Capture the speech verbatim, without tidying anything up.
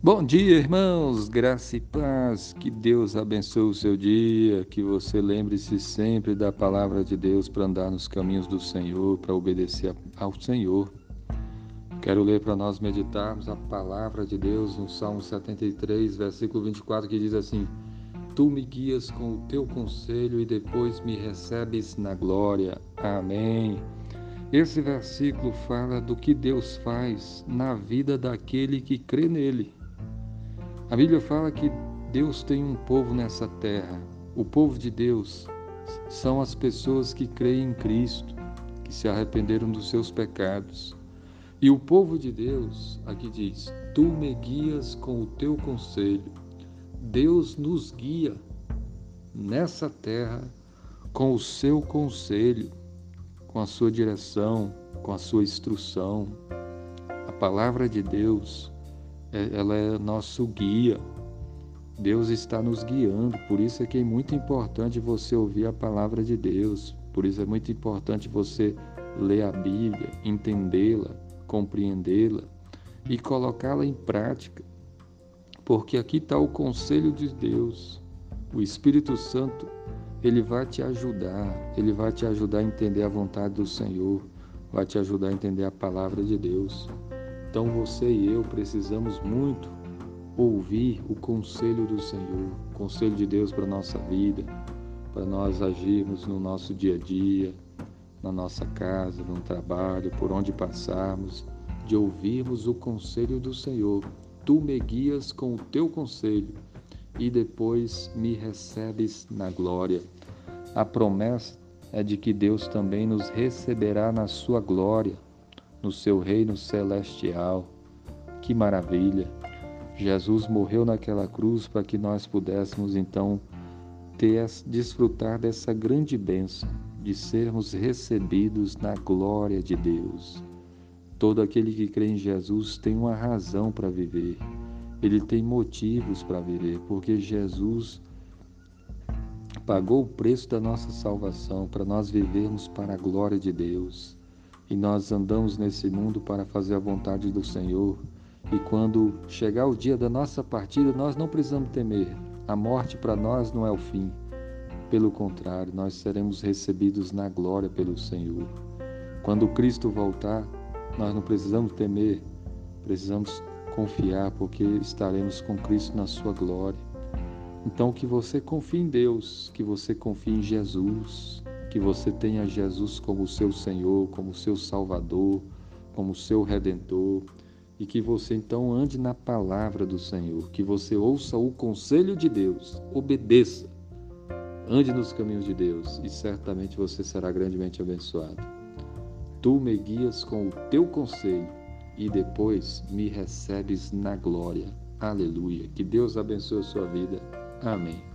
Bom dia, irmãos, graça e paz, que Deus abençoe o seu dia, que você lembre-se sempre da palavra de Deus para andar nos caminhos do Senhor, para obedecer ao Senhor. Quero ler para nós meditarmos a palavra de Deus no Salmo setenta e três, versículo vinte e quatro, que diz assim: Tu me guias com o teu conselho e depois me recebes na glória. Amém. Esse versículo fala do que Deus faz na vida daquele que crê nele. A Bíblia fala que Deus tem um povo nessa terra. O povo de Deus são as pessoas que creem em Cristo, que se arrependeram dos seus pecados. E o povo de Deus, aqui diz, Tu me guias com o teu conselho. Deus nos guia nessa terra com o seu conselho, com a sua direção, com a sua instrução. A palavra de Deus, ela é nosso guia. Deus está nos guiando, por isso é que é muito importante você ouvir a palavra de Deus, por isso é muito importante você ler a Bíblia, entendê-la, compreendê-la e colocá-la em prática, porque aqui está o conselho de Deus. O Espírito Santo, ele vai te ajudar, ele vai te ajudar a entender a vontade do Senhor, vai te ajudar a entender a palavra de Deus. Então você e eu precisamos muito ouvir o conselho do Senhor, o conselho de Deus para a nossa vida, para nós agirmos no nosso dia a dia, na nossa casa, no trabalho, por onde passarmos, de ouvirmos o conselho do Senhor. Tu me guias com o teu conselho e depois me recebes na glória. A promessa é de que Deus também nos receberá na sua glória, no seu reino celestial. Que maravilha! Jesus morreu naquela cruz para que nós pudéssemos então ter, desfrutar dessa grande bênção de sermos recebidos na glória de Deus. Todo aquele que crê em Jesus tem uma razão para viver, ele tem motivos para viver, porque Jesus pagou o preço da nossa salvação para nós vivermos para a glória de Deus. E nós andamos nesse mundo para fazer a vontade do Senhor. E quando chegar o dia da nossa partida, nós não precisamos temer. A morte para nós não é o fim. Pelo contrário, nós seremos recebidos na glória pelo Senhor. Quando Cristo voltar, nós não precisamos temer, precisamos confiar, porque estaremos com Cristo na sua glória. Então que você confie em Deus, que você confie em Jesus, que você tenha Jesus como seu Senhor, como seu Salvador, como seu Redentor, e que você então ande na palavra do Senhor, que você ouça o conselho de Deus, obedeça, ande nos caminhos de Deus e certamente você será grandemente abençoado. Tu me guias com o teu conselho e depois me recebes na glória. Aleluia. Que Deus abençoe a sua vida. Amém.